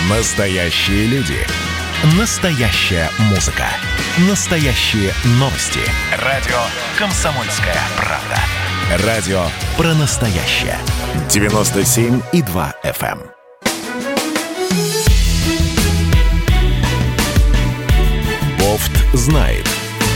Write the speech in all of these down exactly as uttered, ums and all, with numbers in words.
Настоящие люди. Настоящая музыка. Настоящие новости. Радио «Комсомольская правда». Радио про настоящее. девяносто семь и два эф эм. Бофт знает.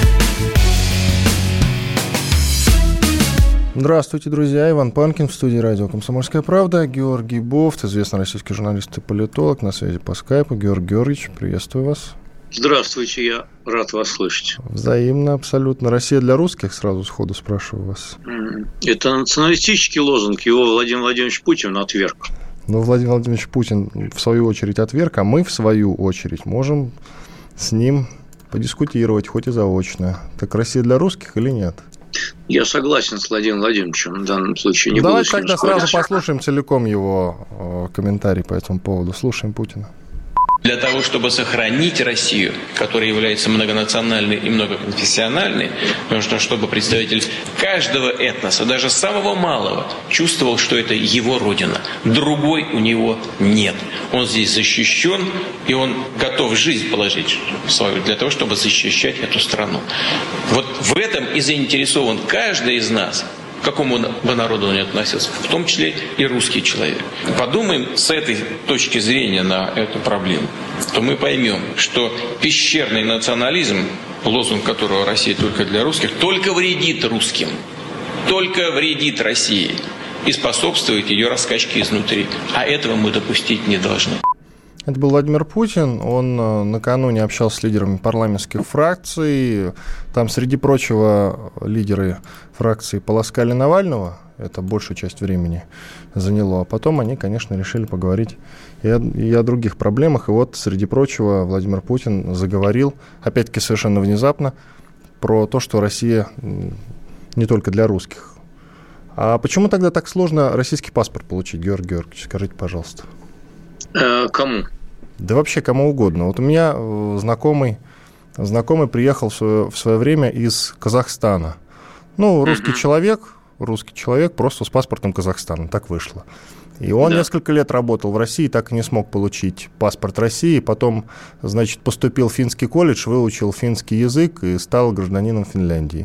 Здравствуйте, друзья. Иван Панкин в студии радио «Комсомольская правда». Георгий Бофт, известный российский журналист и политолог, на связи по скайпу. Георгий Георгиевич, приветствую вас. Здравствуйте, я рад вас слышать. Взаимно, абсолютно. Россия для русских, сразу сходу спрашиваю вас. Это националистический лозунг, его Владимир Владимирович Путин отверг. Ну, Владимир Владимирович Путин в свою очередь отверг, а мы в свою очередь можем с ним подискутировать, хоть и заочно. Так Россия для русских или нет? Я согласен с Владимиром Владимировичем в данном случае. Не ну, давайте буду тогда спорить. Сразу послушаем целиком его э, комментарий по этому поводу. Слушаем Путина. Для того, чтобы сохранить Россию, которая является многонациональной и многоконфессиональной, нужно, чтобы представитель каждого этноса, даже самого малого, чувствовал, что это его родина. Другой у него нет. Он здесь защищен, и он готов жизнь положить свою для того, чтобы защищать эту страну. Вот в этом и заинтересован каждый из нас, к какому бы народу он ни относился, в том числе и русский человек. Подумаем с этой точки зрения на эту проблему, то мы поймем, что пещерный национализм, лозунг которого «Россия только для русских», только вредит русским, только вредит России и способствует ее раскачке изнутри. А этого мы допустить не должны. Это был Владимир Путин, он накануне общался с лидерами парламентских фракций, там, среди прочего, лидеры фракции полоскали Навального, это большую часть времени заняло, а потом они, конечно, решили поговорить и о, и о других проблемах, и вот, среди прочего, Владимир Путин заговорил, опять-таки, совершенно внезапно, про то, что Россия не только для русских. А почему тогда так сложно российский паспорт получить, Георгий Георгиевич, скажите, пожалуйста? Кому? Да вообще кому угодно. Вот у меня знакомый, знакомый приехал в свое, в свое время из Казахстана. Ну, русский uh-huh. человек, русский человек просто с паспортом Казахстана, так вышло. И он да. несколько лет работал в России, так и не смог получить паспорт России. Потом, значит, поступил в финский колледж, выучил финский язык и стал гражданином Финляндии.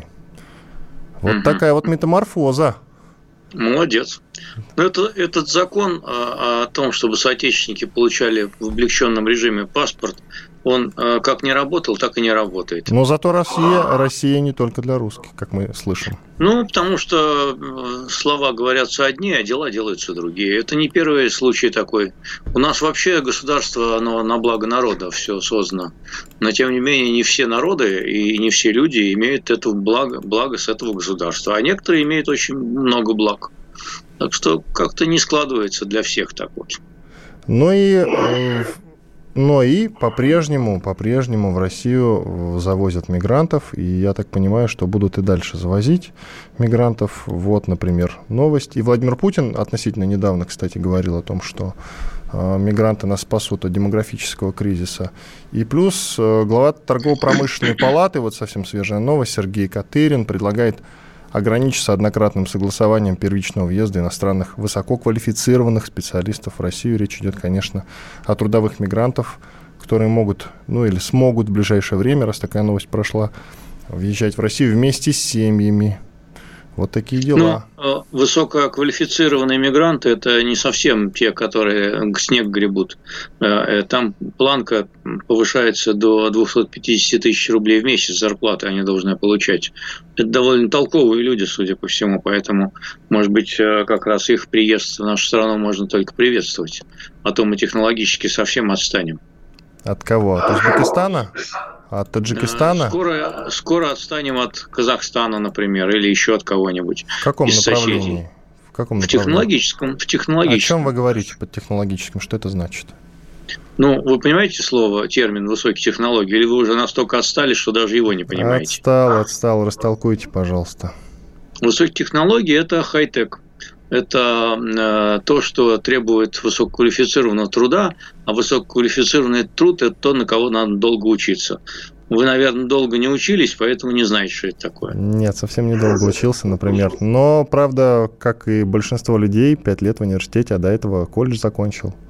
Вот uh-huh. такая вот метаморфоза. Молодец. Но это, этот закон о, о том, чтобы соотечественники получали в облегченном режиме паспорт, он как не работал, так и не работает. Но зато Россия, Россия не только для русских, как мы слышим. Ну, потому что слова говорятся одни, а дела делаются другие. Это не первый случай такой. У нас вообще государство, оно на благо народа все создано. Но, тем не менее, не все народы и не все люди имеют это благо, благо с этого государства. А некоторые имеют очень много благ. Так что как-то не складывается для всех так вот. Ну и... Но и по-прежнему, по-прежнему в Россию завозят мигрантов, и я так понимаю, что будут и дальше завозить мигрантов. Вот, например, новость. И Владимир Путин относительно недавно, кстати, говорил о том, что э, мигранты нас спасут от демографического кризиса. И плюс э, глава торгово-промышленной палаты, вот совсем свежая новость, Сергей Катырин предлагает ограничиться однократным согласованием первичного въезда иностранных высококвалифицированных специалистов в Россию. Речь идет, конечно, о трудовых мигрантах, которые могут, ну или смогут в ближайшее время, раз такая новость прошла, въезжать в Россию вместе с семьями. Вот такие дела. Ну, высококвалифицированные мигранты – это не совсем те, которые снег гребут. Там планка повышается до двести пятьдесят тысяч рублей в месяц зарплаты они должны получать. Это довольно толковые люди, судя по всему, поэтому, может быть, как раз их приезд в нашу страну можно только приветствовать. А то мы технологически совсем отстанем. От кого? От Узбекистана? От Таджикистана? Скоро, скоро отстанем от Казахстана, например, или еще от кого-нибудь. В каком из направлении? Соседей. В каком в направлении? технологическом, в технологическом. О чем вы говорите под технологическим? Что это значит? Ну, вы понимаете слово, термин «высокие технологии», или вы уже настолько отстали, что даже его не понимаете? Отстал, отстал. Растолкуйте, пожалуйста. Высокие технологии – это хай-тек. Это э, то, что требует высококвалифицированного труда, а высококвалифицированный труд – это то, на кого надо долго учиться. Вы, наверное, долго не учились, поэтому не знаете, что это такое. Нет, совсем недолго учился, например. Но, правда, как и большинство людей, пять лет в университете, а до этого колледж закончил.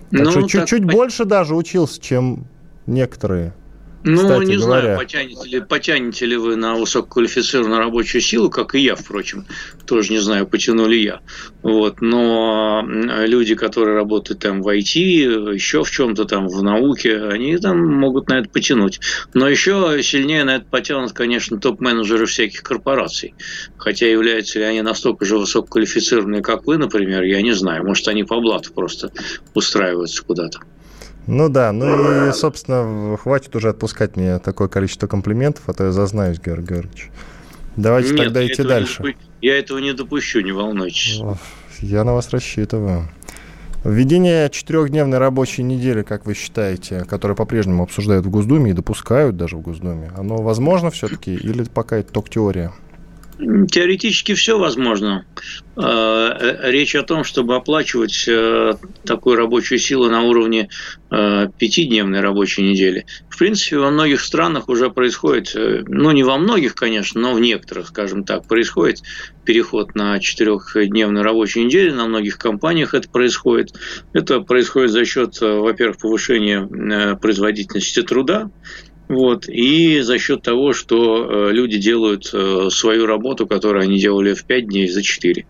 Ну, так чуть-чуть так... больше даже учился, чем некоторые. Ну, Кстати не говоря. знаю, потянете ли, потянете ли вы на высококвалифицированную рабочую силу, как и я, впрочем, тоже не знаю, потяну ли я. Вот. Но люди, которые работают там в ай ти, еще в чем-то там, в науке, они там могут на это потянуть. Но еще сильнее на это потянут, конечно, топ-менеджеры всяких корпораций. Хотя являются ли они настолько же высококвалифицированные, как вы, например, я не знаю. Может, они по блату просто устраиваются куда-то. Ну да, ну и, собственно, хватит уже отпускать мне такое количество комплиментов, а то я зазнаюсь, Георгий Георгиевич. Давайте Нет, тогда идти дальше. Допу... Я этого не допущу, не волнуйтесь. Я на вас рассчитываю. Введение четырехдневной рабочей недели, как вы считаете, которое по-прежнему обсуждают в Госдуме и допускают даже в Госдуме, оно возможно все-таки или пока это только теория? Теоретически все возможно. Речь о том, чтобы оплачивать такую рабочую силу на уровне пятидневной рабочей недели. В принципе, во многих странах уже происходит, ну не во многих, конечно, но в некоторых, скажем так, происходит переход на четырехдневную рабочую неделю. На многих компаниях это происходит. Это происходит за счет, во-первых, повышения производительности труда. Вот, и за счет того, что люди делают свою работу, которую они делали в пять дней, за четыре.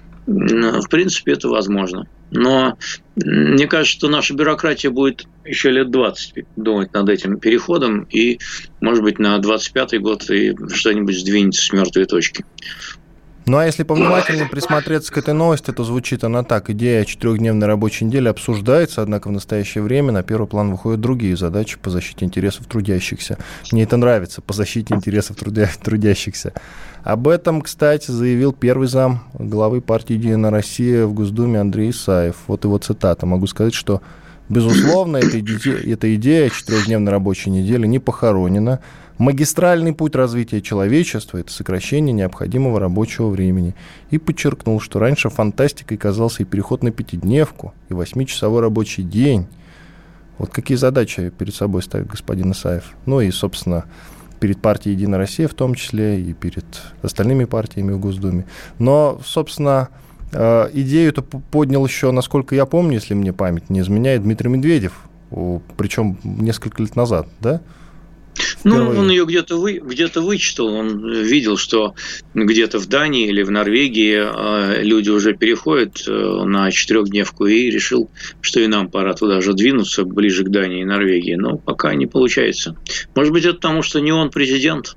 В принципе, это возможно. Но мне кажется, что наша бюрократия будет еще лет двадцать думать над этим переходом, и, может быть, на двадцать пятый год и что-нибудь сдвинется с мертвой точки. Ну, а если повнимательнее присмотреться к этой новости, то звучит она так. Идея четырехдневной рабочей недели обсуждается, однако в настоящее время на первый план выходят другие задачи по защите интересов трудящихся. Мне это нравится, по защите интересов трудя... трудящихся. Об этом, кстати, заявил первый зам главы партии «Единая Россия» в Госдуме Андрей Исаев. Вот его цитата. Могу сказать, что, безусловно, эта идея, эта идея четырехдневной рабочей недели не похоронена. Магистральный путь развития человечества – это сокращение необходимого рабочего времени. И подчеркнул, что раньше фантастикой казался и переход на пятидневку, и восьмичасовой рабочий день. Вот какие задачи перед собой ставит господин Исаев. Ну и, собственно, перед партией «Единая Россия» в том числе, и перед остальными партиями в Госдуме. Но, собственно, идею-то поднял еще, насколько я помню, если мне память не изменяет, Дмитрий Медведев, причем несколько лет назад, да? Ну, он ее где-то, вы, где-то вычитал, он видел, что где-то в Дании или в Норвегии люди уже переходят на четырехдневку, и решил, что и нам пора туда же двинуться, ближе к Дании и Норвегии. Но пока не получается. Может быть, это потому, что не он президент?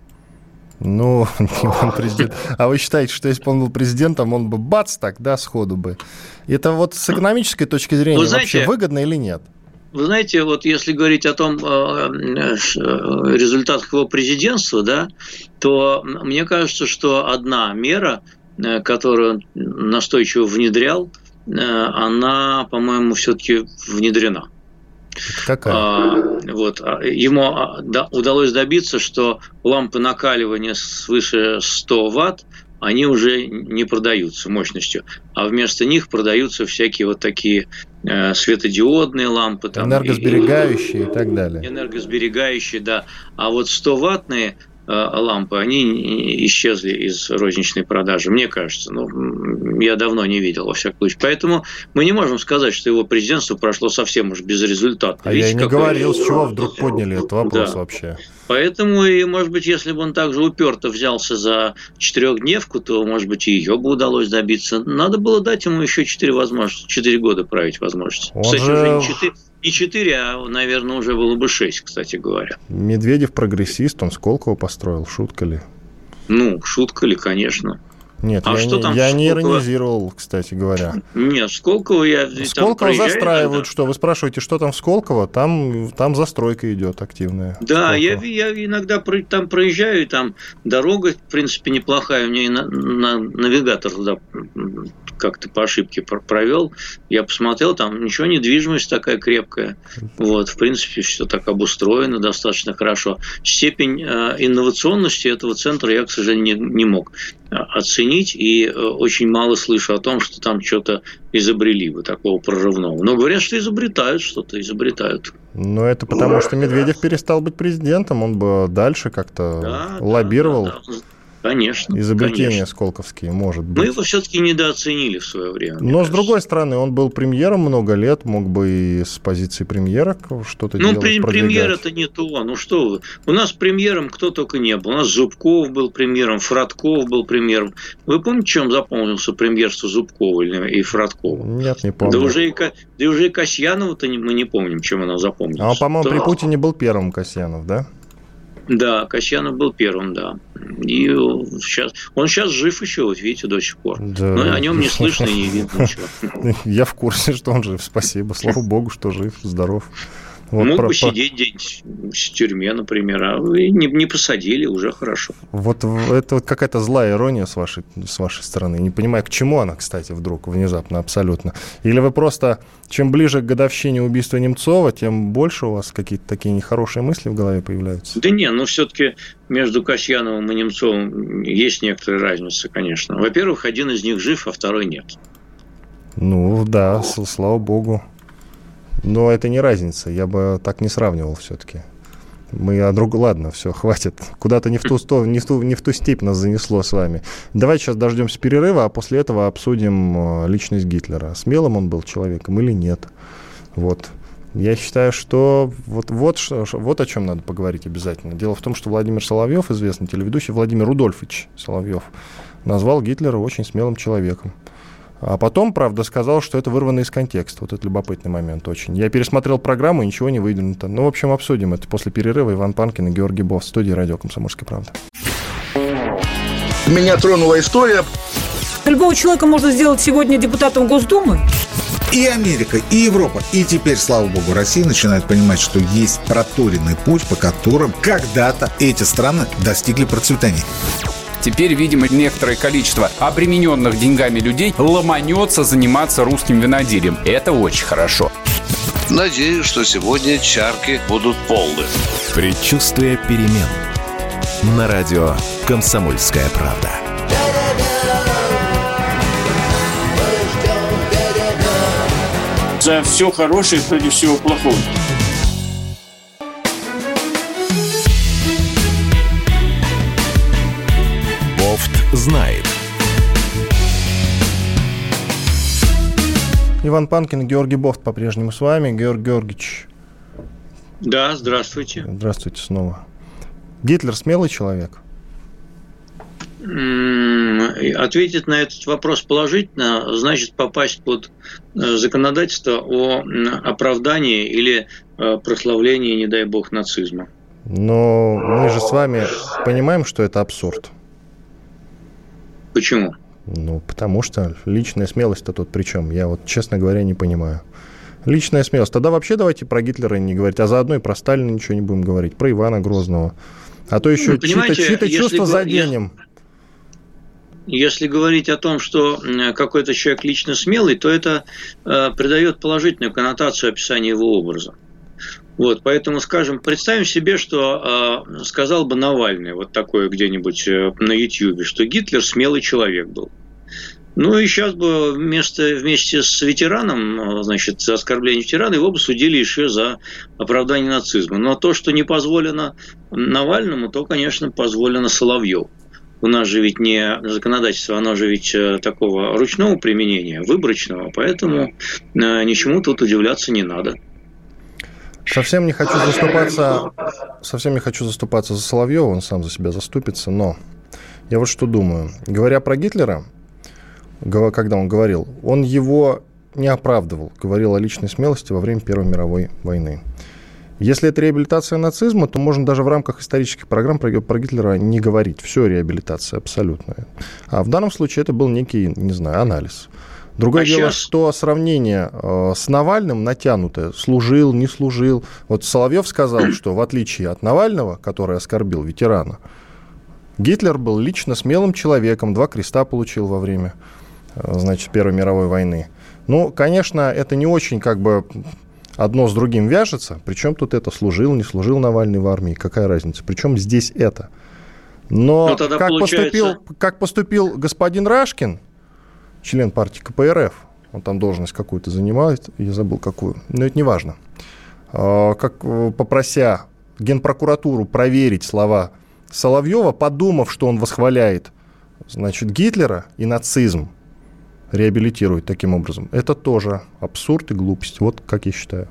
Ну, не он президент. А вы считаете, что если бы он был президентом, он бы бац так, да, сходу бы? Это вот с экономической точки зрения вы знаете, вообще выгодно или нет? Вы знаете, вот если говорить о том результатах его президентства, да, то мне кажется, что одна мера, которую он настойчиво внедрял, она, по-моему, все-таки внедрена. Какая? А, вот, ему да, удалось добиться, что лампы накаливания свыше ста ватт, они уже не продаются мощностью, а вместо них продаются всякие вот такие э, светодиодные лампы. Там, энергосберегающие и, и так далее. Энергосберегающие, да. А вот сто-ваттные э, лампы, они исчезли из розничной продажи, мне кажется. Ну, я давно не видел, во всяком случае. Поэтому мы не можем сказать, что его президентство прошло совсем уж без результата. А Видите, я не говорил, с чего вдруг подняли этот вопрос да. вообще. Поэтому, и, может быть, если бы он также уперто взялся за четырехдневку, то, может быть, и ее бы удалось добиться. Надо было дать ему еще четыре возможности, четыре года править возможности. Он кстати, же... уже не четыре, не четыре, а, наверное, уже было бы шесть, кстати говоря. Медведев прогрессист, он Сколково построил, шутка ли? Ну, шутка ли, конечно. Нет, а я, что не, там я не иронизировал, кстати говоря. Нет, Сколково я... Сколково застраивают, да. Что? Вы спрашиваете, что там в Сколково? Там, там застройка идет активная. Да, я, я иногда там проезжаю, и там дорога, в принципе, неплохая. У меня и на, на, навигатор туда как-то по ошибке провел. Я посмотрел, там ничего, недвижимость такая крепкая. Вот, в принципе, все так обустроено достаточно хорошо. Степень э, инновационности этого центра я, к сожалению, не, не мог оценить, и очень мало слышу о том, что там что-то изобрели бы такого прорывного. Но говорят, что изобретают что-то, изобретают. Но это потому, что Медведев перестал быть президентом, он бы дальше как-то да, лоббировал. Да, да. Конечно. Изобретения конечно. сколковские, может быть. Мы его все-таки недооценили в свое время. Но, с другой стороны, он был премьером много лет, мог бы и с позиции премьера что-то ну, делать, при, продвигать. Премьер это не то. Ну, что вы. У нас премьером кто только не был. У нас Зубков был премьером, Фродков был премьером. Вы помните, чем запомнился премьерство Зубкова и Фродкова? Нет, не помню. Да уже и, да уже и Касьянова-то мы не помним, чем она запомнилась. А он, по-моему, то... при Путине был первым, Касьянов, да? Да, Касьянов был первым, да. И сейчас, он сейчас жив еще, вот видите, до сих пор. Да. Но о нем не слышно и не видно ничего. Я в курсе, что он жив, спасибо. Слава богу, что жив, здоров. Вот Мог про, бы сидеть где-нибудь в тюрьме, например, а вы не, не посадили, уже хорошо. Вот это вот какая-то злая ирония с вашей, с вашей стороны. Не понимаю, к чему она, кстати, вдруг, внезапно, абсолютно. Или вы просто, чем ближе к годовщине убийства Немцова, тем больше у вас какие-то такие нехорошие мысли в голове появляются? Да не, ну все-таки между Касьяновым и Немцовым есть некоторая разница, конечно. Во-первых, один из них жив, а второй нет. Ну да, слава богу. Но это не разница, я бы так не сравнивал все-таки. Мы о друг... Ладно, все, хватит. Куда-то не в ту сторону, не в ту, не в ту степь нас занесло с вами. Давайте сейчас дождемся перерыва, а после этого обсудим личность Гитлера. Смелым он был человеком или нет? Вот. Я считаю, что вот, вот, вот о чем надо поговорить обязательно. Дело в том, что Владимир Соловьев, известный телеведущий, Владимир Рудольфович Соловьев, назвал Гитлера очень смелым человеком. А потом, правда, сказал, что это вырвано из контекста. Вот это любопытный момент очень. Я пересмотрел программу, и ничего не выдвинуто. Ну, в общем, обсудим это после перерыва. Иван Панкин и Георгий Бофт в студии «Радио Комсомольская правда». Меня тронула история. Любого человека можно сделать сегодня депутатом Госдумы. И Америка, и Европа, и теперь, слава богу, Россия начинает понимать, что есть проторенный путь, по которым когда-то эти страны достигли процветания. Теперь, видимо, некоторое количество обремененных деньгами людей ломанется заниматься русским виноделием. Это очень хорошо. Надеюсь, что сегодня чарки будут полны. Предчувствие перемен. На радио «Комсомольская правда». За все хорошее против всего плохого. Бофт знает. Иван Панкин и Георгий Бофт по-прежнему с вами. Георгий Георгиевич. Да, здравствуйте. Здравствуйте снова. Гитлер смелый человек? Ответить на этот вопрос положительно значит попасть под законодательство о оправдании или прославлении, не дай бог, нацизма. Но мы же с вами понимаем, что это абсурд. Почему? Ну, потому что личная смелость-то тут при чем? Я вот, честно говоря, не понимаю. Личная смелость. Тогда вообще давайте про Гитлера не говорить, а заодно и про Сталина ничего не будем говорить, про Ивана Грозного. А то еще ну, чьи-то, чьи-то чувства заденем. Если говорить о том, что какой-то человек лично смелый, то это э, придает положительную коннотацию описания его образа. Вот, поэтому, скажем, представим себе, что э, сказал бы Навальный, вот такое где-нибудь э, на Ютьюбе, что Гитлер смелый человек был. Ну и сейчас бы вместо, вместе с ветераном, значит, за оскорбление ветерана, его бы судили еще за оправдание нацизма. Но то, что не позволено Навальному, то, конечно, позволено Соловьеву. У нас же ведь не законодательство, оно же ведь такого ручного применения, выборочного, поэтому ничему тут удивляться не надо. Совсем не хочу заступаться, совсем не хочу заступаться за Соловьева, он сам за себя заступится, но я вот что думаю. Говоря про Гитлера, когда он говорил, он его не оправдывал, говорил о личной смелости во время Первой мировой войны. Если это реабилитация нацизма, то можно даже в рамках исторических программ про, про Гитлера не говорить. Все реабилитация абсолютная. А в данном случае это был некий, не знаю, анализ. Другое а дело, сейчас... что сравнение э, с Навальным натянутое, служил, не служил. Вот Соловьев сказал, что в отличие от Навального, который оскорбил ветерана, Гитлер был лично смелым человеком, два креста получил во время, э, значит, Первой мировой войны. Ну, конечно, это не очень как бы одно с другим вяжется. Причем тут это служил, не служил Навальный в армии, какая разница? Причем здесь это. Но ну, как, получается... поступил, как поступил господин Рашкин, член партии ка пэ эр эф, он там должность какую-то занимает, я забыл какую, но это не важно, как, попрося Генпрокуратуру проверить слова Соловьева, подумав, что он восхваляет, значит, Гитлера и нацизм, реабилитирует таким образом. Это тоже абсурд и глупость. Вот как я считаю.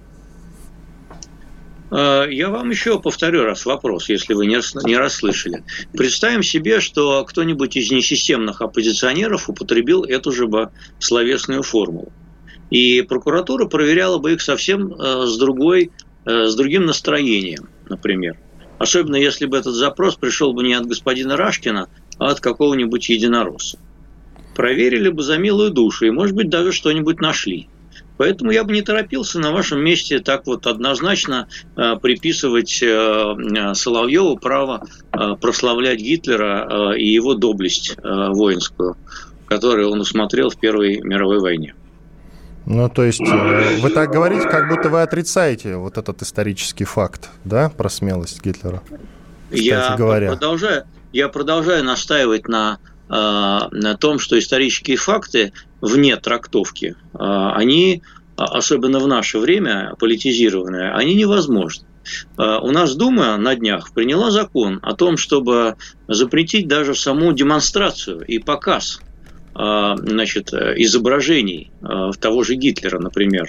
Я вам еще повторю раз вопрос, если вы не расслышали. Представим себе, что кто-нибудь из несистемных оппозиционеров употребил эту же бы словесную формулу. И прокуратура проверяла бы их совсем с, другой, с другим настроением, например. Особенно если бы этот запрос пришел бы не от господина Рашкина, а от какого-нибудь единоросса. Проверили бы за милую душу и, может быть, даже что-нибудь нашли. Поэтому я бы не торопился на вашем месте так вот однозначно э, приписывать э, Соловьеву право э, прославлять Гитлера э, и его доблесть э, воинскую, которую он усмотрел в Первой мировой войне. Ну, то есть, э, вы так говорите, как будто вы отрицаете вот этот исторический факт, да, про смелость Гитлера, кстати я говоря. Продолжаю, я продолжаю настаивать на, э, на том, что исторические факты вне трактовки, они, особенно в наше время, политизированные, они невозможны. У нас Дума на днях приняла закон о том, чтобы запретить даже саму демонстрацию и показ, значит, изображений того же Гитлера, например.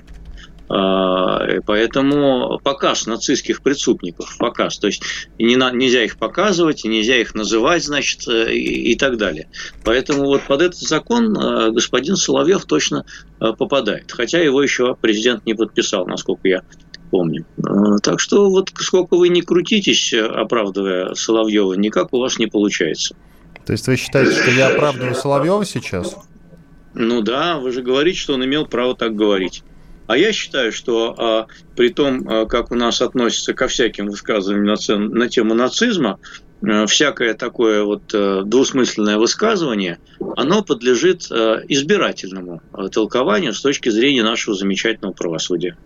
Поэтому показ нацистских преступников, показ, то есть не на, нельзя их показывать, нельзя их называть, значит, и, и так далее. Поэтому вот под этот закон господин Соловьев точно попадает, хотя его еще президент не подписал, насколько я помню. Так что вот сколько вы ни крутитесь, оправдывая Соловьева, никак у вас не получается. То есть вы считаете, что я оправдываю Соловьева сейчас? Ну да, вы же говорите, что он имел право так говорить. А я считаю, что а, при том, а, как у нас относятся ко всяким высказываниям на, на тему нацизма, а, всякое такое вот а, двусмысленное высказывание, оно подлежит а, избирательному а, толкованию с точки зрения нашего замечательного правосудия.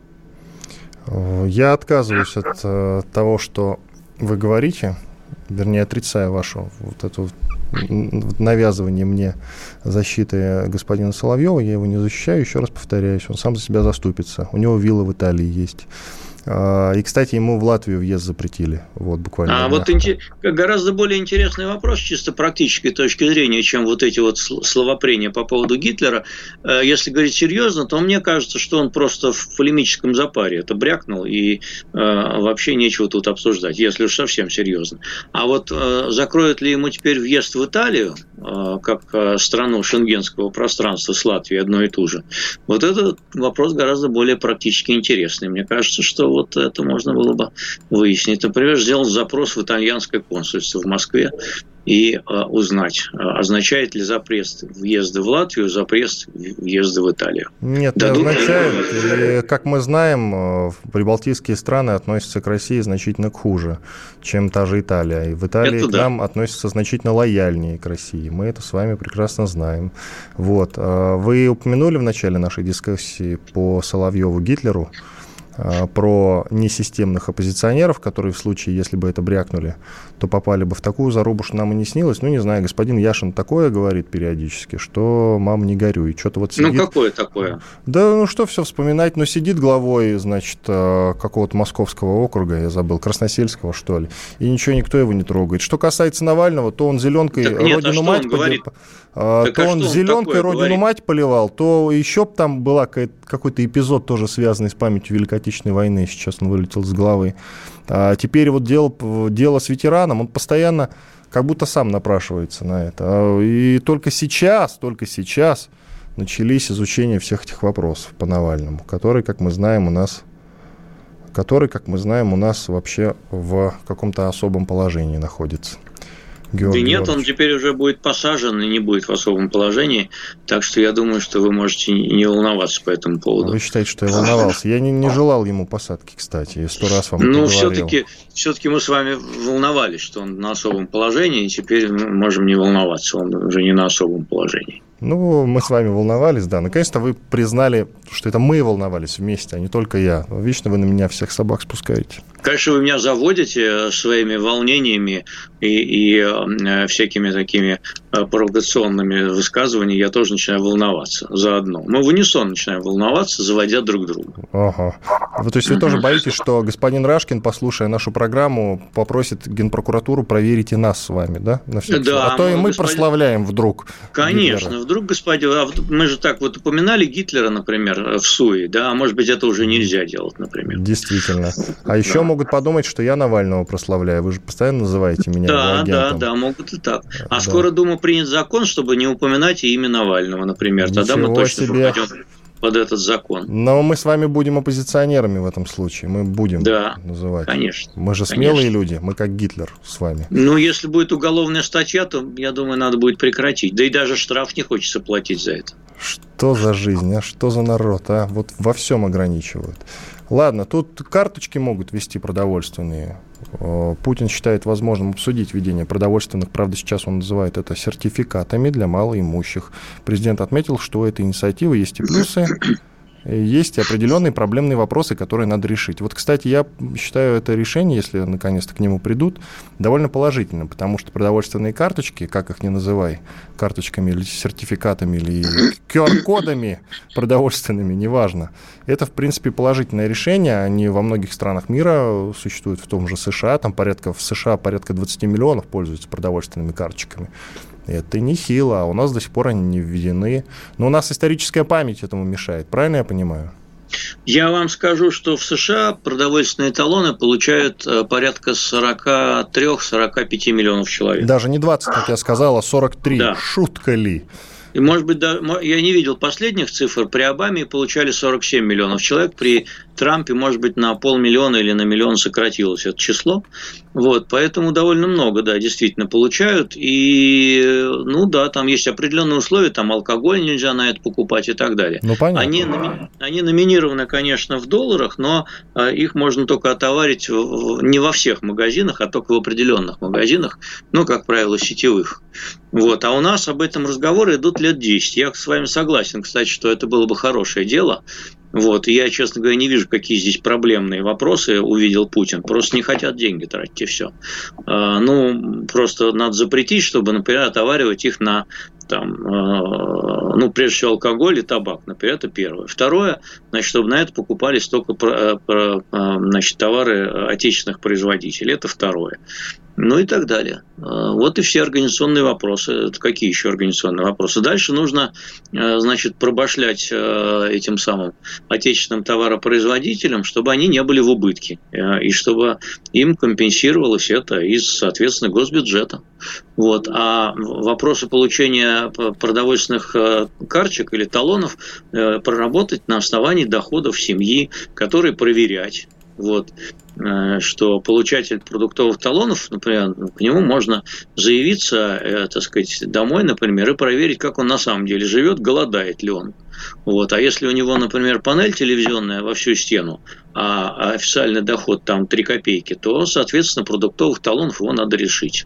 Я отказываюсь от а, того, что вы говорите, вернее, отрицаю вашу вот эту навязывание мне защиты господина Соловьева, я его не защищаю, еще раз повторяюсь, он сам за себя заступится. У него вилла в Италии есть. И, кстати, ему в Латвию въезд запретили. Вот, буквально. А вот гораздо более интересный вопрос, чисто практической точки зрения, чем вот эти вот словопрения по поводу Гитлера. Если говорить серьезно, то мне кажется, что он просто в полемическом запаре это брякнул, и вообще нечего тут обсуждать, если уж совсем серьезно. А вот закроют ли ему теперь въезд в Италию, как страну шенгенского пространства с Латвией, одно и то же, вот этот вопрос гораздо более практически интересный. Мне кажется, что вот это можно было бы выяснить. Например, сделать запрос в итальянское консульство в Москве и э, узнать, э, означает ли запрет въезда в Латвию запрет въезда в Италию. Нет, не Дадут... означает. И, как мы знаем, прибалтийские страны относятся к России значительно хуже, чем та же Италия. И в Италии это к да. нам относятся значительно лояльнее к России. Мы это с вами прекрасно знаем. Вот. Вы упомянули в начале нашей дискуссии по Соловьеву Гитлеру про несистемных оппозиционеров, которые в случае, если бы это брякнули, то попали бы в такую зарубу, что нам и не снилось. Ну, не знаю, господин Яшин такое говорит периодически, что мам, не горюй. Что-то вот сидит... Ну, какое такое? Да, ну, что все вспоминать? Ну, сидит главой, значит, какого-то московского округа, я забыл, Красносельского, что ли, и ничего, никто его не трогает. Что касается Навального, то он зеленкой так нет, родину а мать... Он говорит? А, так то а он он зеленкой родину говорит? мать поливал, то еще там была какой-то эпизод, тоже связанный с памятью Великой Отечественной войны, сейчас он вылетел с головы. А теперь вот дело, дело с ветераном, он постоянно как будто сам напрашивается на это. И только сейчас, только сейчас начались изучение всех этих вопросов по Навальному, который, как мы знаем, у нас, который, как мы знаем, у нас вообще в каком-то особом положении находится. Георгий да нет, Георгиевич. Он теперь уже будет посажен и не будет в особом положении, так что я думаю, что вы можете не волноваться по этому поводу. Вы считаете, что я волновался? Я не, не желал ему посадки, кстати, я сто раз вам ну, это говорил. все-таки, все-таки мы с вами волновались, что он на особом положении, и теперь мы можем не волноваться, он уже не на особом положении. Ну, мы с вами волновались, да. Наконец-то вы признали, что это мы волновались вместе, а не только я. Вечно вы на меня всех собак спускаете. Конечно, вы меня заводите своими волнениями и, и э, всякими такими э, провокационными высказываниями. Я тоже начинаю волноваться заодно. Мы в унисон начинаем волноваться, заводя друг друга. Ага. Вот, то есть вы тоже боитесь, что господин Рашкин, послушая нашу программу, попросит Генпрокуратуру проверить и нас с вами, да? На да. А то и мы господин... прославляем вдруг Конечно. Гитлера. Вдруг, господин... А мы же так вот упоминали Гитлера, например, в Суе, да? А может быть, это уже нельзя делать, например. Действительно. А еще да. могут подумать, что я Навального прославляю. Вы же постоянно называете меня да, агентом. Да, да, могут и так. А да. скоро, думаю, принят закон, чтобы не упоминать и имя Навального, например. Тогда Ничего мы точно себе. попадем под этот закон. Но мы с вами будем оппозиционерами в этом случае. Мы будем да, называть. Конечно. Мы же конечно. смелые люди. Мы как Гитлер с вами. Ну, если будет уголовная статья, то, я думаю, надо будет прекратить. Да и даже штраф не хочется платить за это. Что за жизнь, а? Что за народ, а? Вот во всем ограничивают. Ладно, тут карточки могут вести продовольственные. Путин считает возможным обсудить введение продовольственных, правда, сейчас он называет это сертификатами для малоимущих. Президент отметил, что у этой инициативы есть и плюсы, есть и определенные проблемные вопросы, которые надо решить. Вот, кстати, я считаю это решение, если наконец-то к нему придут, довольно положительным, потому что продовольственные карточки, как их ни называй, карточками или сертификатами, или ку ар-кодами продовольственными, неважно, это, в принципе, положительное решение. Они во многих странах мира существуют, в том же США, там порядка, в США порядка двадцать миллионов пользуются продовольственными карточками. Это нехило, а у нас до сих пор они не введены. Но у нас историческая память этому мешает, правильно я понимаю? Я вам скажу, что в США продовольственные талоны получают порядка сорок три - сорок пять миллионов человек. Даже не двадцать, как я сказал, а сорок три. Да. Шутка ли? И, может быть, да, я не видел последних цифр. При Обаме получали сорок семь миллионов человек. При Трампе, может быть, на полмиллиона или на миллион сократилось это число. Вот, поэтому довольно много, да, действительно получают. И, ну да, там есть определенные условия. Там алкоголь нельзя на это покупать и так далее. Ну, понятно. Они, они номинированы, конечно, в долларах, но их можно только отоварить не во всех магазинах, а только в определенных магазинах. Ну, как правило, сетевых. Вот. А у нас об этом разговоры идут лет десять. Я с вами согласен, кстати, что это было бы хорошее дело. Вот. И я, честно говоря, не вижу, какие здесь проблемные вопросы увидел Путин. Просто не хотят деньги тратить, и все. А, ну, просто надо запретить, чтобы, например, отоваривать их на, там, э, ну, прежде всего, алкоголь и табак. Например, это первое. Второе, значит, чтобы на это покупались только значит, товары отечественных производителей. Это второе. Ну и так далее. Вот и все организационные вопросы. Это какие еще организационные вопросы? Дальше нужно, значит, пробашлять этим самым отечественным товаропроизводителям, чтобы они не были в убытке. И чтобы им компенсировалось это из, соответственно, госбюджета. Вот. А вопросы получения продовольственных карточек или талонов проработать на основании доходов семьи, которые проверять. Вот, что получатель продуктовых талонов, например, к нему можно заявиться, э, так сказать, домой, например, и проверить, как он на самом деле живет, голодает ли он. Вот. А если у него, например, панель телевизионная во всю стену, а официальный доход там три копейки, то, соответственно, продуктовых талонов его надо решить.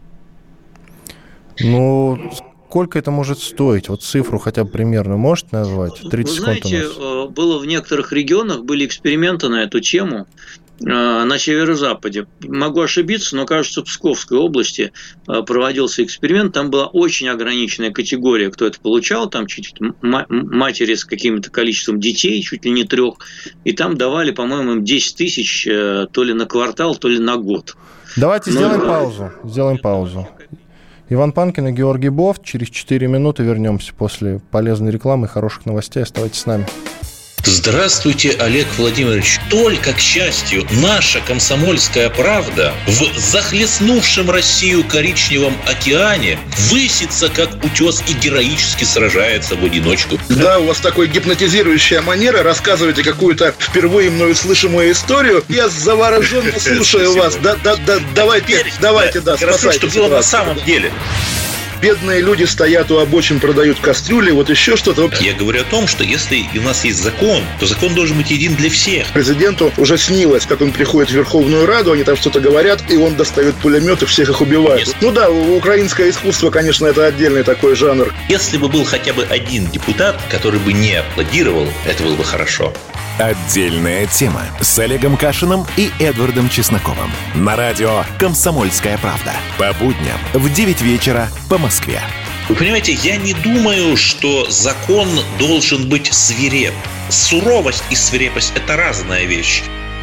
Ну, сколько это может стоить? Вот цифру хотя бы примерно можете назвать? тридцать Вы знаете, секунд у нас. Было в некоторых регионах, были эксперименты на эту тему. На северо-западе. Могу ошибиться, но, кажется, в Псковской области проводился эксперимент. Там была очень ограниченная категория, кто это получал. Там чуть матери с каким-то количеством детей, чуть ли не трех. И там давали, по-моему, им десять тысяч то ли на квартал, то ли на год. Давайте но... сделаем паузу. Сделаем паузу. Иван Панкин и Георгий Бофт. Через четыре минуты вернемся после полезной рекламы и хороших новостей. Оставайтесь с нами. Здравствуйте, Олег Владимирович. Только, к счастью, наша «Комсомольская правда» в захлестнувшем Россию коричневом океане высится, как утес, и героически сражается в одиночку. Да, у вас такой гипнотизирующая манера. Рассказываете какую-то впервые мною слышимую историю. Я завороженно слушаю вас. Да, да, да, давайте, давайте, да, спасайте. Что было на самом деле. бедные люди стоят у обочин, продают кастрюли, вот еще что-то. Я говорю о том, что если у нас есть закон, то закон должен быть един для всех. Президенту уже снилось, как он приходит в Верховную Раду, они там что-то говорят, и он достает пулемет и всех их убивает. Yes. Ну да, украинское искусство, конечно, это отдельный такой жанр. Если бы был хотя бы один депутат, который бы не аплодировал, это было бы хорошо. Отдельная тема с Олегом Кашиным и Эдвардом Чесноковым. На радио «Комсомольская правда». По будням в девять вечера по Москве. Вы понимаете, я не думаю, что закон должен быть свиреп. Суровость и свирепость – это разная вещь.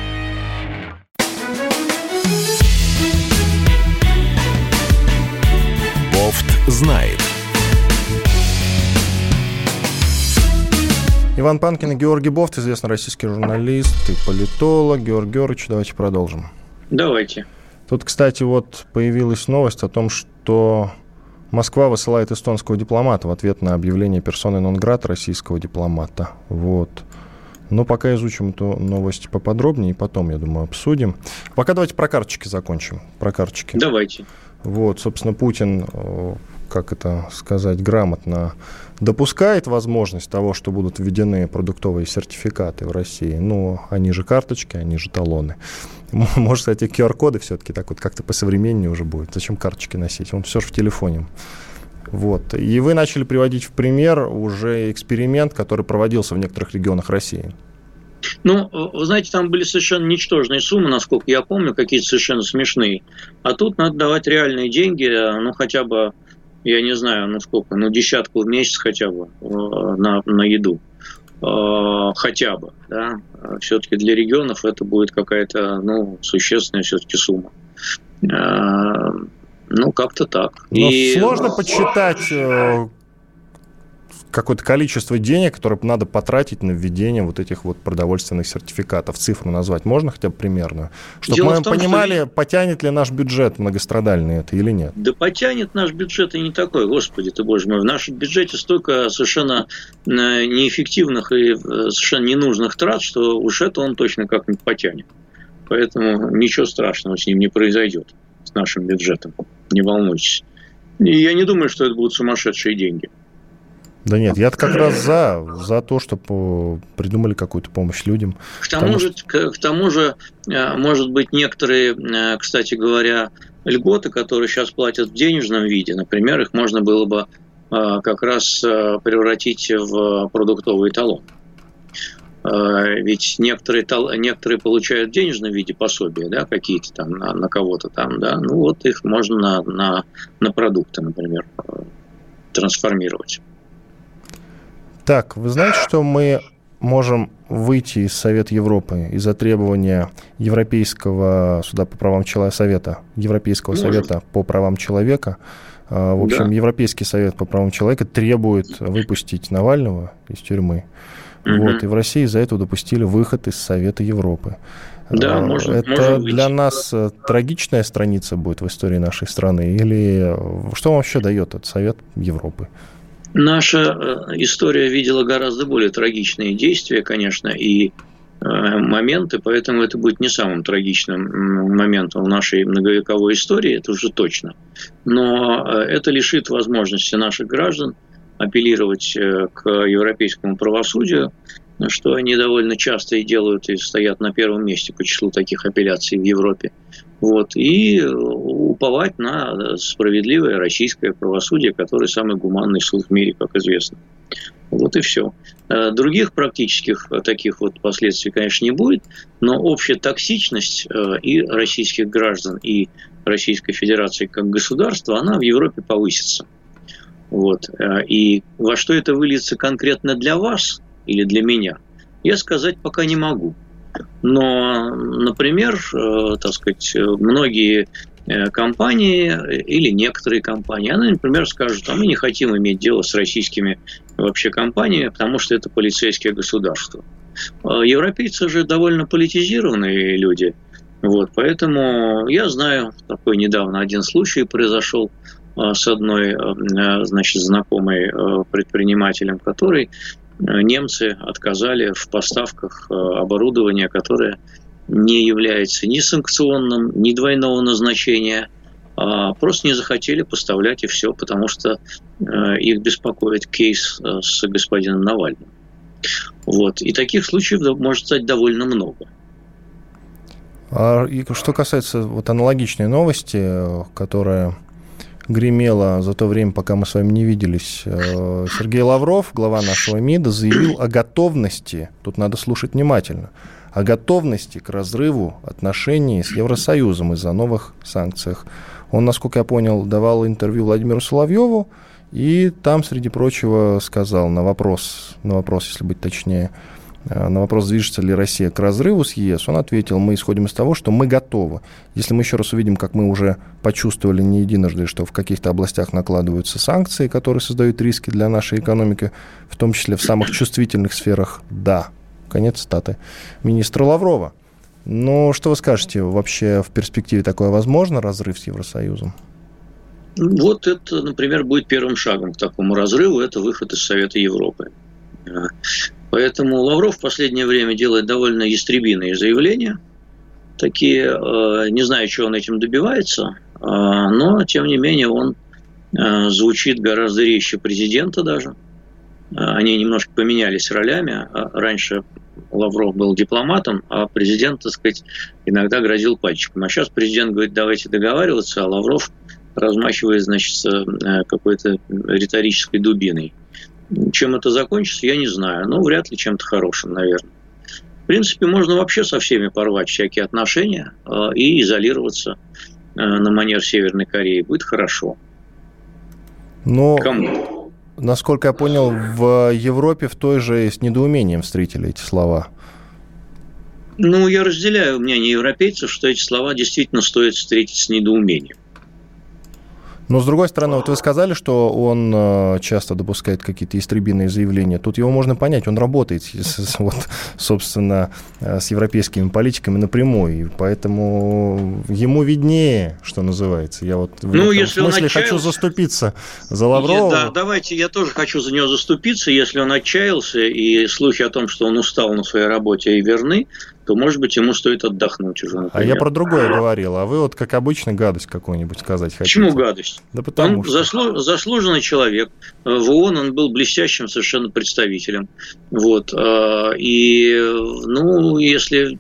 Бофт знает. Иван Панкин и Георгий Бофт, известный российский журналист и политолог. Георгий Георгиевич, давайте продолжим. Давайте. Тут, кстати, вот появилась новость о том, что Москва высылает эстонского дипломата в ответ на объявление персоны нон-грата российского дипломата. Вот. Но пока изучим эту новость поподробнее, и потом, я думаю, обсудим. Пока давайте про карточки закончим. Про карточки. Давайте. Вот, собственно, Путин, как это сказать, грамотно допускает возможность того, что будут введены продуктовые сертификаты в России. Ну, они же карточки, они же талоны. Может, кстати, ку ар-коды все-таки так вот как-то посовременнее уже будет. Зачем карточки носить? Он все же в телефоне. Вот. И вы начали приводить в пример уже эксперимент, который проводился в некоторых регионах России. Ну, вы знаете, там были совершенно ничтожные суммы, насколько я помню, какие-то совершенно смешные. А тут надо давать реальные деньги, ну, хотя бы, я не знаю, ну, сколько, ну, десятку в месяц хотя бы на, на еду. Хотя бы, да. Все-таки для регионов это будет какая-то, ну, существенная все-таки сумма. Ну, как-то так. Но И... сложно подсчитать какое-то количество денег, которое надо потратить на введение вот этих вот продовольственных сертификатов. Цифру назвать можно хотя бы примерную? Чтобы Дело мы том, понимали, что... потянет ли наш бюджет многострадальный это или нет. Да потянет наш бюджет и не такой, господи ты, боже мой. В нашем бюджете столько совершенно неэффективных и совершенно ненужных трат, что уж это он точно как-нибудь потянет. Поэтому ничего страшного с ним не произойдет, с нашим бюджетом. Не волнуйтесь. И я не думаю, что это будут сумасшедшие деньги. Да нет, я как раз за, за то, чтобы придумали какую-то помощь людям. К тому, же, что... к, к тому же, может быть, некоторые, кстати говоря, льготы, которые сейчас платят в денежном виде, например, их можно было бы как раз превратить в продуктовый талон. Ведь некоторые, некоторые получают в денежном виде пособия, да, какие-то там на, на кого-то там, да, ну вот их можно на, на, на продукты, например, трансформировать. Так, вы знаете, что мы можем выйти из Совета Европы из-за требования Европейского суда по правам человека, Совета, Европейского Может. Совета по правам человека. В общем, да. Европейский совет по правам человека требует выпустить Навального из тюрьмы. Угу. Вот, и в России из-за этого допустили выход из Совета Европы. Да, можно, Это можно для нас трагичная страница будет в истории нашей страны? Или что вам вообще дает этот Совет Европы? Наша история видела гораздо более трагичные действия, конечно, и моменты, поэтому это будет не самым трагичным моментом в нашей многовековой истории, это уже точно. Но это лишит возможности наших граждан апеллировать к европейскому правосудию, что они довольно часто и делают, и стоят на первом месте по числу таких апелляций в Европе. Вот, и уповать на справедливое российское правосудие, которое самый гуманный суд в мире, как известно. Вот и все. Других практических таких вот последствий, конечно, не будет, но общая токсичность и российских граждан, и Российской Федерации как государства, она в Европе повысится. Вот. И во что это выльется конкретно для вас или для меня, я сказать пока не могу. Но, например, так сказать, многие компании или некоторые компании, они, например, скажут, а мы не хотим иметь дело с российскими вообще компаниями, потому что это полицейское государство. Европейцы же довольно политизированные люди, вот, поэтому я знаю, такой недавно один случай произошел с одной, значит, знакомой предпринимателем, который немцы отказали в поставках оборудования, которое не является ни санкционным, ни двойного назначения, а просто не захотели поставлять и все, потому что их беспокоит кейс с господином Навальным. Вот. И таких случаев может стать довольно много. А что касается вот аналогичной новости, которая гремела за то время, пока мы с вами не виделись, Сергей Лавров, глава нашего МИДа, заявил о готовности, тут надо слушать внимательно, о готовности к разрыву отношений с Евросоюзом из-за новых санкций. Он, насколько я понял, давал интервью Владимиру Соловьеву, и там, среди прочего, сказал на вопрос, на вопрос, если быть точнее, на вопрос, движется ли Россия к разрыву с ЕС, он ответил: мы исходим из того, что мы готовы. Если мы еще раз увидим, как мы уже почувствовали не единожды, что в каких-то областях накладываются санкции, которые создают риски для нашей экономики, в том числе в самых чувствительных сферах, да. Конец цитаты министра Лаврова. Но что вы скажете, вообще в перспективе такое возможно, разрыв с Евросоюзом? Вот это, например, будет первым шагом к такому разрыву, это выход из Совета Европы. Поэтому Лавров в последнее время делает довольно ястребиные заявления, такие, не знаю, чего он этим добивается, но, тем не менее, он звучит гораздо резче президента даже. Они немножко поменялись ролями. Раньше Лавров был дипломатом, а президент, так сказать, иногда грозил пальчиком. А сейчас президент говорит: давайте договариваться, а Лавров размахивает, значит, какой-то риторической дубиной. Чем это закончится, я не знаю, но вряд ли чем-то хорошим, наверное. В принципе, можно вообще со всеми порвать всякие отношения и изолироваться на манер Северной Кореи. Будет хорошо. Но... Кому? Насколько я понял, в Европе в той же с недоумением встретили эти слова. Ну, я разделяю мнение европейцев, что эти слова действительно стоит встретить с недоумением. Но, с другой стороны, вот вы сказали, что он часто допускает какие-то ястребиные заявления. Тут его можно понять, он работает, вот, собственно, с европейскими политиками напрямую, и поэтому ему виднее, что называется. Я вот в ну, этом если смысле он отчаялся... хочу заступиться за Лаврова. Да, давайте, я тоже хочу за него заступиться. Если он отчаялся, и слухи о том, что он устал на своей работе, и верны, то, может быть, ему стоит отдохнуть уже, например. А я про другое говорил, а вы вот, как обычно, гадость какую-нибудь сказать хотите. Почему гадость? Да потому он что... заслу... заслуженный человек. В ООН он был блестящим совершенно представителем. Вот. И, ну, если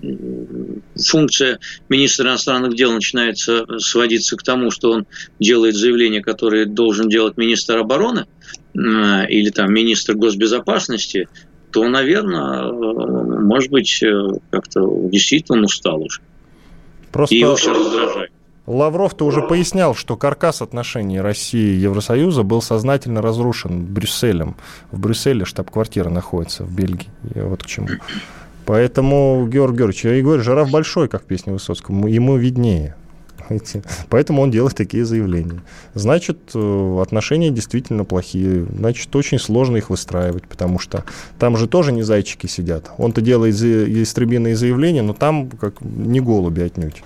функция министра иностранных дел начинается сводиться к тому, что он делает заявления, которые должен делать министр обороны или там министр госбезопасности, то, наверное, может быть, как-то действительно устал уже. Просто и его все раздражает. Лавров-то уже пояснял, что каркас отношений России и Евросоюза был сознательно разрушен Брюсселем. В Брюсселе штаб-квартира находится, в Бельгии. Я вот к чему. Поэтому, Георгий Георгиевич, я и говорю, жираф большой, как в песне Высоцкого, ему виднее. Поэтому он делает такие заявления. Значит, отношения действительно плохие. Значит, очень сложно их выстраивать, потому что там же тоже не зайчики сидят. Он-то делает ястребиные заявления, но там как не голуби отнюдь.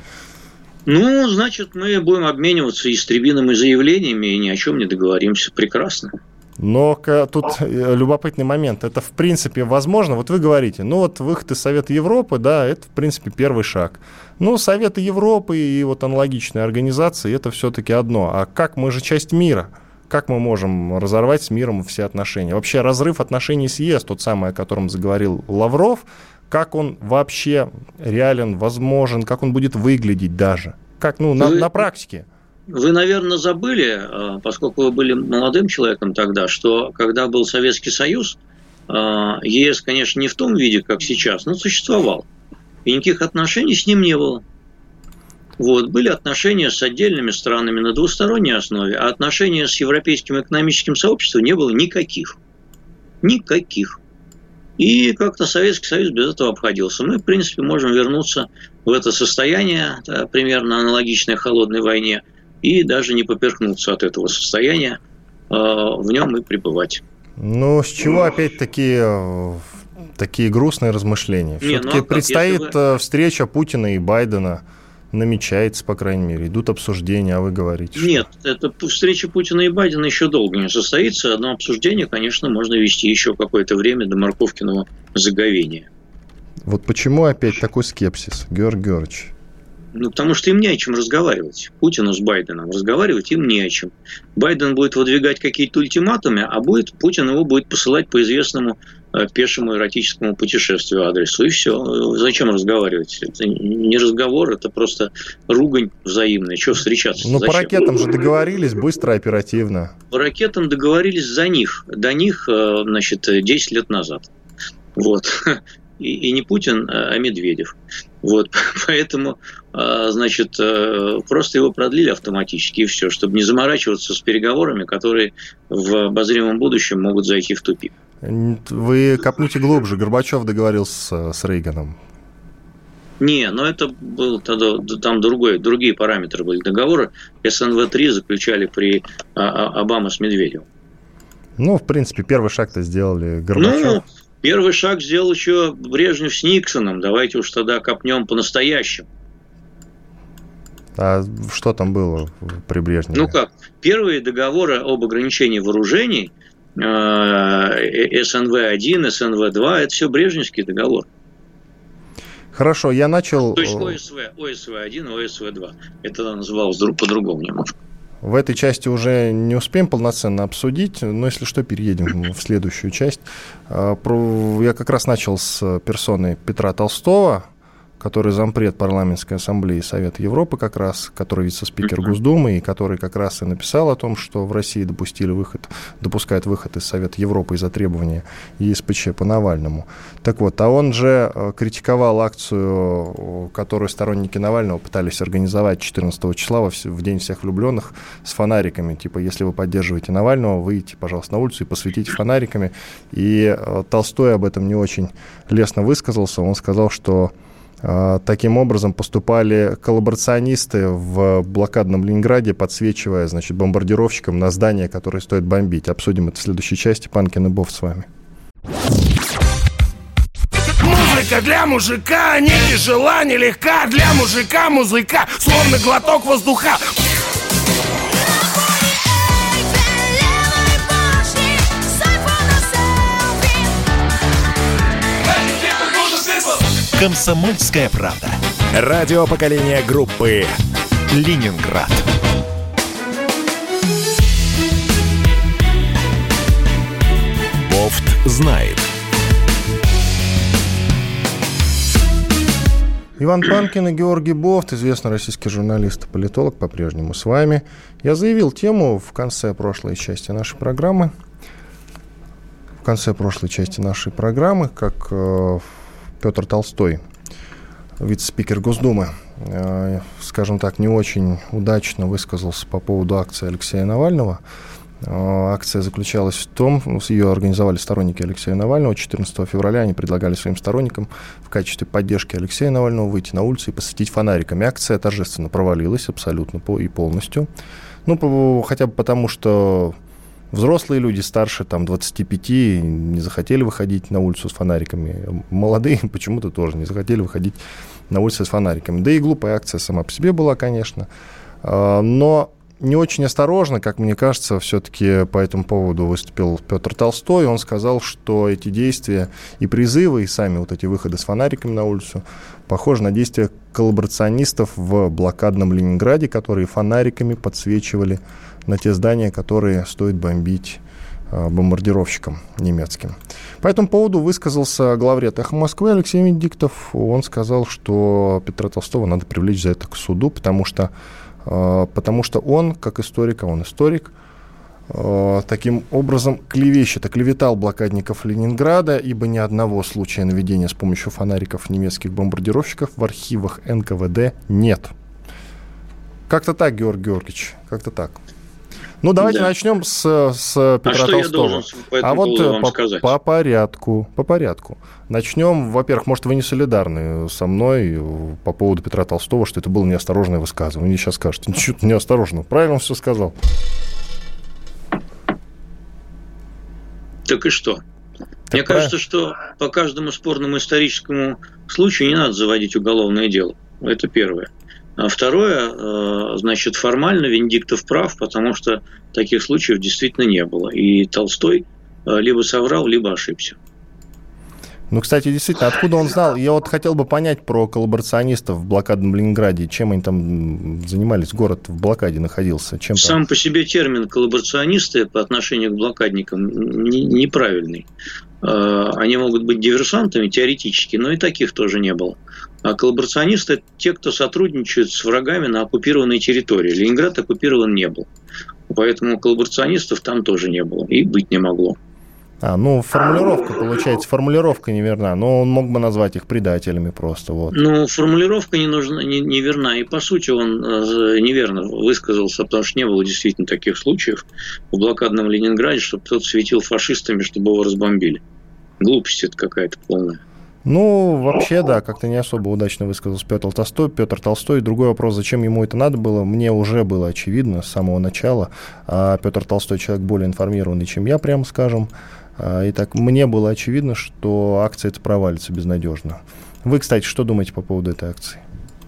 Ну, значит, мы будем обмениваться ястребиными заявлениями и ни о чем не договоримся. Прекрасно. Но тут любопытный момент. Это, в принципе, возможно. Вот вы говорите, ну вот выход из Совета Европы, да, это, в принципе, первый шаг. Ну, Советы Европы и вот аналогичные организации, это все-таки одно. А как? Мы же часть мира. Как мы можем разорвать с миром все отношения? Вообще разрыв отношений с ЕС, тот самый, о котором заговорил Лавров, как он вообще реален, возможен, как он будет выглядеть даже? Как, ну, на, вы, на практике? Вы, наверное, забыли, поскольку вы были молодым человеком тогда, что когда был Советский Союз, ЕС, конечно, не в том виде, как сейчас, но существовал. И никаких отношений с ним не было. Вот. Были отношения с отдельными странами на двусторонней основе, а отношения с Европейским экономическим сообществом не было никаких. Никаких. И как-то Советский Союз без этого обходился. Мы, в принципе, можем вернуться в это состояние, да, примерно аналогичное холодной войне, и даже не поперхнуться от этого состояния, э, в нем и пребывать. Ну, с чего опять-таки такие грустные размышления? Все-таки ну, а предстоит вы... встреча Путина и Байдена. Намечается, по крайней мере. Идут обсуждения, а вы говорите, что... Нет, эта встреча Путина и Байдена еще долго не состоится. Одно обсуждение, конечно, можно вести еще какое-то время до морковкиного заговения. Вот почему опять такой скепсис, Георгий Георгиевич? Ну, потому что им не о чем разговаривать. Путину с Байденом разговаривать им не о чем. Байден будет выдвигать какие-то ультиматумы, а будет, Путин его будет посылать по известному э, пешему эротическому путешествию адресу. И все. Зачем разговаривать? Это не разговор, это просто ругань взаимная. Чего встречаться? Ну, по ракетам же договорились быстро, оперативно. По ракетам договорились за них. До них, э, значит, десять лет назад. Вот. И, и не Путин, а Медведев. Вот, поэтому, значит, просто его продлили автоматически, и все, чтобы не заморачиваться с переговорами, которые в обозримом будущем могут зайти в тупик. Вы копните глубже. Горбачев договорился с Рейганом. Не, но это был тогда, там другой, другие параметры были договора. эс эн вэ три заключали при Обаме с Медведевым. Ну, в принципе, первый шаг-то сделали Горбачев. Ну, первый шаг сделал еще Брежнев с Никсоном. Давайте уж тогда копнем по-настоящему. А что там было при Брежневе? Ну как, первые договоры об ограничении вооружений эс эн вэ один, эс эн вэ два, это все брежневский договор. Хорошо, я начал... То есть о эс вэ, о эс вэ один, о эс вэ два. Это тогда называлось по-другому немножко. В этой части уже не успеем полноценно обсудить, но если что, переедем в следующую часть. Я как раз начал с персоны Петра Толстого, который зампред парламентской ассамблеи Совета Европы как раз, который вице-спикер Госдумы, и который как раз и написал о том, что в России допустили выход, допускают выход из Совета Европы из-за требования и эс пэ че по Навальному. Так вот, а он же критиковал акцию, которую сторонники Навального пытались организовать четырнадцатого числа в День всех влюбленных с фонариками. Типа, если вы поддерживаете Навального, выйдите, пожалуйста, на улицу и посветите фонариками. И Толстой об этом не очень лестно высказался. Он сказал, что таким образом поступали коллаборационисты в блокадном Ленинграде, подсвечивая, значит, бомбардировщикам на здания, которые стоит бомбить. Обсудим это в следующей части. Панкин и Бов с вами. Музыка для мужика не тяжела, не легка. Для мужика музыка, словно глоток воздуха. «Комсомольская правда». Радио поколения группы «Ленинград». Бофт знает. Иван Панкин и Георгий Бофт, известный российский журналист и политолог, по-прежнему с вами. Я заявил тему в конце прошлой части нашей программы. В конце прошлой части нашей программы, как... Петр Толстой, вице-спикер Госдумы, э, скажем так, не очень удачно высказался по поводу акции Алексея Навального. Э, акция заключалась в том, ее организовали сторонники Алексея Навального. четырнадцатого февраля они предлагали своим сторонникам в качестве поддержки Алексея Навального выйти на улицу и посветить фонариками. Акция торжественно провалилась абсолютно и полностью. Ну, хотя бы потому, что... Взрослые люди старше там, двадцати пяти не захотели выходить на улицу с фонариками. Молодые почему-то тоже не захотели выходить на улицу с фонариками. Да и глупая акция сама по себе была, конечно. Но не очень осторожно, как мне кажется, все-таки по этому поводу выступил Петр Толстой. Он сказал, что эти действия и призывы, и сами вот эти выходы с фонариками на улицу похожи на действия коллаборационистов в блокадном Ленинграде, которые фонариками подсвечивали на те здания, которые стоит бомбить э, бомбардировщикам немецким. По этому поводу высказался главред «Эхо Москвы» Алексей Венедиктов. Он сказал, что Петра Толстого надо привлечь за это к суду, потому что, э, потому что он, как историк, а он историк, э, таким образом клевещет, оклеветал блокадников Ленинграда, ибо ни одного случая наведения с помощью фонариков немецких бомбардировщиков в архивах эн ка вэ дэ нет. Как-то так, Георгий Георгиевич, как-то так. Ну, давайте да. начнем с, с Петра а Толстого. А вот по, по порядку, по порядку. Начнем, во-первых, может, вы не солидарны со мной по поводу Петра Толстого, что это было неосторожное высказывание. Вы мне сейчас скажете, ничего неосторожного. Правильно он все сказал. Так и что? Так Мне правильно. кажется, что по каждому спорному историческому случаю не надо заводить уголовное дело. Это первое. А второе, значит, формально Венедиктов прав, потому что таких случаев действительно не было. И Толстой либо соврал, либо ошибся. Ну, кстати, действительно, откуда он знал? Я вот хотел бы понять про коллаборационистов в блокадном Ленинграде. Чем они там занимались? Город в блокаде находился. Чем Сам там? по себе термин коллаборационисты по отношению к блокадникам неправильный. Они могут быть диверсантами теоретически, но и таких тоже не было. А коллаборационисты – это те, кто сотрудничают с врагами на оккупированной территории. Ленинград оккупирован не был. Поэтому коллаборационистов там тоже не было. И быть не могло. А, ну, формулировка, получается, формулировка неверна. Но он мог бы назвать их предателями просто. Вот. Ну, формулировка не нужна, не, неверна. И, по сути, он неверно высказался, потому что не было действительно таких случаев в блокадном Ленинграде, чтобы кто-то светил фашистами, чтобы его разбомбили. Глупость это какая-то полная. Ну, вообще, да, как-то не особо удачно высказался Петр Толстой. Петр Толстой. Другой вопрос, зачем ему это надо было, мне уже было очевидно с самого начала. А Петр Толстой человек более информированный, чем я, прямо скажем. Итак, мне было очевидно, что акция эта провалится безнадежно. Вы, кстати, что думаете по поводу этой акции?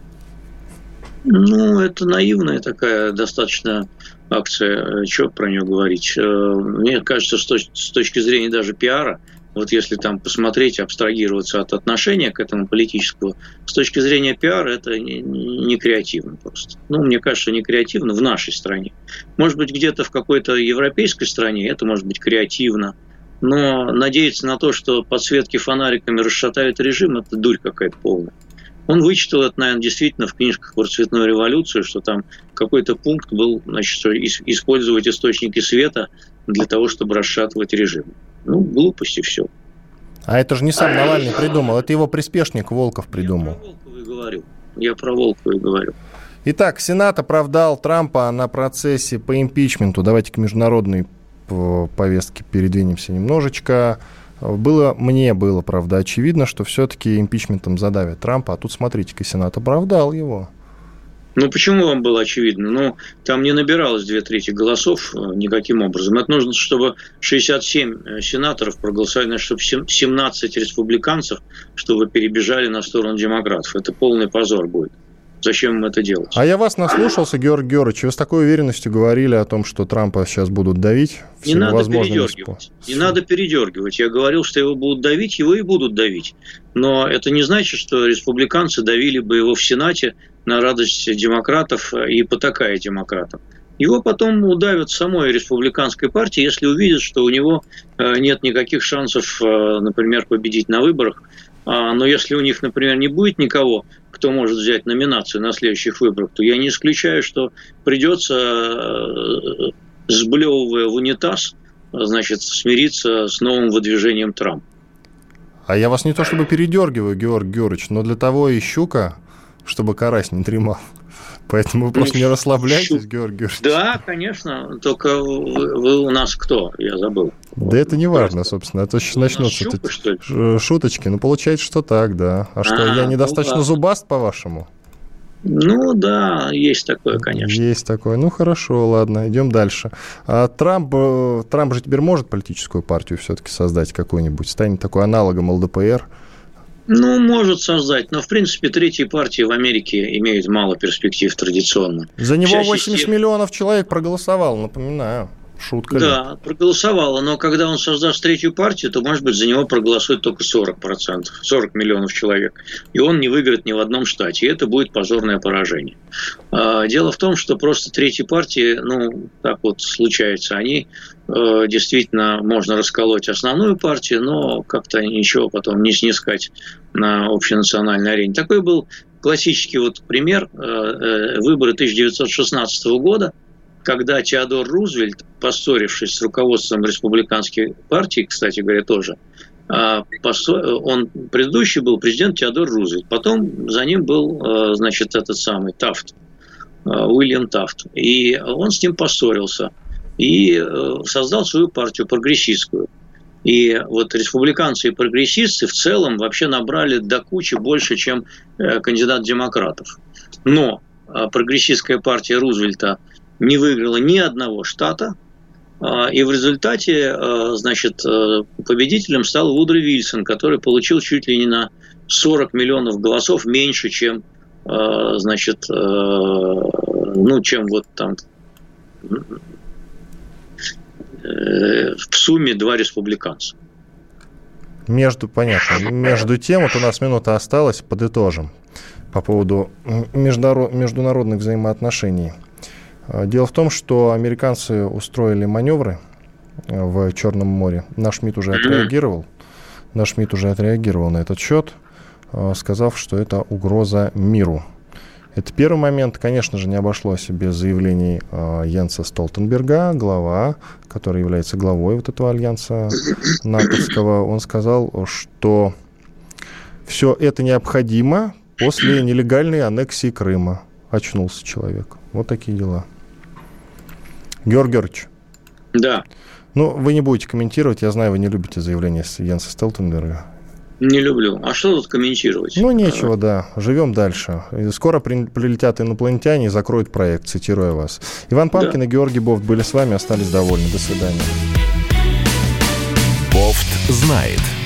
Ну, это наивная такая достаточно акция. Что про нее говорить? Мне кажется, что с точки зрения даже пиара, вот если там посмотреть, абстрагироваться от отношения к этому политического, с точки зрения пиара это не, не креативно просто. Ну, мне кажется, не креативно в нашей стране. Может быть, где-то в какой-то европейской стране это может быть креативно. Но надеяться на то, что подсветки фонариками расшатают режим, это дурь какая-то полная. Он вычитал это, наверное, действительно в книжках про цветную революцию, что там какой-то пункт был, значит, что использовать источники света для того, чтобы расшатывать режим. Ну, глупости все. А это же не сам Навальный придумал, это его приспешник Волков придумал. Я про Волкова и говорю. Я про Волкова и говорю. Итак, Сенат оправдал Трампа на процессе по импичменту. Давайте к международной повестке передвинемся немножечко. Было, мне было, правда, очевидно, что все-таки импичментом задавят Трампа, а тут, смотрите-ка, Сенат оправдал его. Ну, почему вам было очевидно? Ну, там не набиралось две трети голосов никаким образом. Это нужно, чтобы шестьдесят семь сенаторов проголосовали, чтобы семнадцать республиканцев, чтобы перебежали на сторону демократов. Это полный позор будет. Зачем им это делать? А я вас наслушался, Георгий Георгиевич. Вы с такой уверенностью говорили о том, что Трампа сейчас будут давить. Не надо передергивать. Не надо передергивать. Я говорил, что его будут давить, его и будут давить. Но это не значит, что республиканцы давили бы его в Сенате на радость демократов и потакая демократам. Его потом удавят самой республиканской партии, если увидят, что у него нет никаких шансов, например, победить на выборах. Но если у них, например, не будет никого, кто может взять номинацию на следующих выборах, то я не исключаю, что придется, сблевывая в унитаз, значит, смириться с новым выдвижением Трампа. А я вас не то чтобы передергиваю, Георгий Георгиевич, но для того и щука, чтобы карась не дремал. Поэтому вы просто ну, не расслабляйтесь, щук. Георгий Георгиевич. Да, конечно, только вы, вы у нас кто? Я забыл. Да это не важно, собственно. Это сейчас начнутся щука, что шуточки. Ну, получается, что так, да. А, а что, я недостаточно ну, да. зубаст, по-вашему? Ну, да, есть такое, конечно. Есть такое. Ну, хорошо, ладно, идем дальше. А Трамп, Трамп же теперь может политическую партию все-таки создать какую-нибудь? Станет такой аналогом эл дэ пэ эр? Ну, может создать, но, в принципе, третьи партии в Америке имеют мало перспектив традиционно. За него восемьдесят система... миллионов человек проголосовало, напоминаю. Шутка. Да, ли? Проголосовало, но когда он создаст третью партию, то, может быть, за него проголосует только сорок процентов, сорок миллионов человек. И он не выиграет ни в одном штате, и это будет позорное поражение. Дело в том, что просто третьи партии, ну, так вот случается, они действительно можно расколоть основную партию, но как-то ничего потом не снискать на общенациональной арене. Такой был классический вот пример выборы тысяча девятьсот шестнадцатого года, когда Теодор Рузвельт, поссорившись с руководством республиканской партии, кстати говоря, тоже, он предыдущий был президент Теодор Рузвельт, потом за ним был, значит, этот самый Тафт, Уильям Тафт, и он с ним поссорился и создал свою партию прогрессистскую. И вот республиканцы и прогрессисты в целом вообще набрали до кучи больше, чем кандидат демократов. Но прогрессистская партия Рузвельта не выиграла ни одного штата, и в результате, значит, победителем стал Вудро Вильсон, который получил чуть ли не на сорок миллионов голосов меньше, чем, значит, ну, чем вот там в сумме два республиканца. Между, понятно. Между тем, вот у нас минута осталась, подытожим по поводу международных взаимоотношений. Дело в том, что американцы устроили маневры в Черном море. Наш МИД уже отреагировал. Наш МИД уже отреагировал на этот счет, сказав, что это угроза миру. Это первый момент. Конечно же, не обошлось без заявлений Йенса Столтенберга, глава, который является главой вот этого альянса натовского. Он сказал, что все это необходимо после нелегальной аннексии Крыма. Очнулся человек. Вот такие дела. Георгий Георгиевич. Да. Ну, вы не будете комментировать. Я знаю, вы не любите заявления Йенса Столтенберга. Не люблю. А что тут комментировать? Ну, нечего, да. Живем дальше. Скоро прилетят инопланетяне и закроют проект, цитируя вас. Иван Панкин да. и Георгий Бофт были с вами, остались довольны. До свидания. Бофт знает.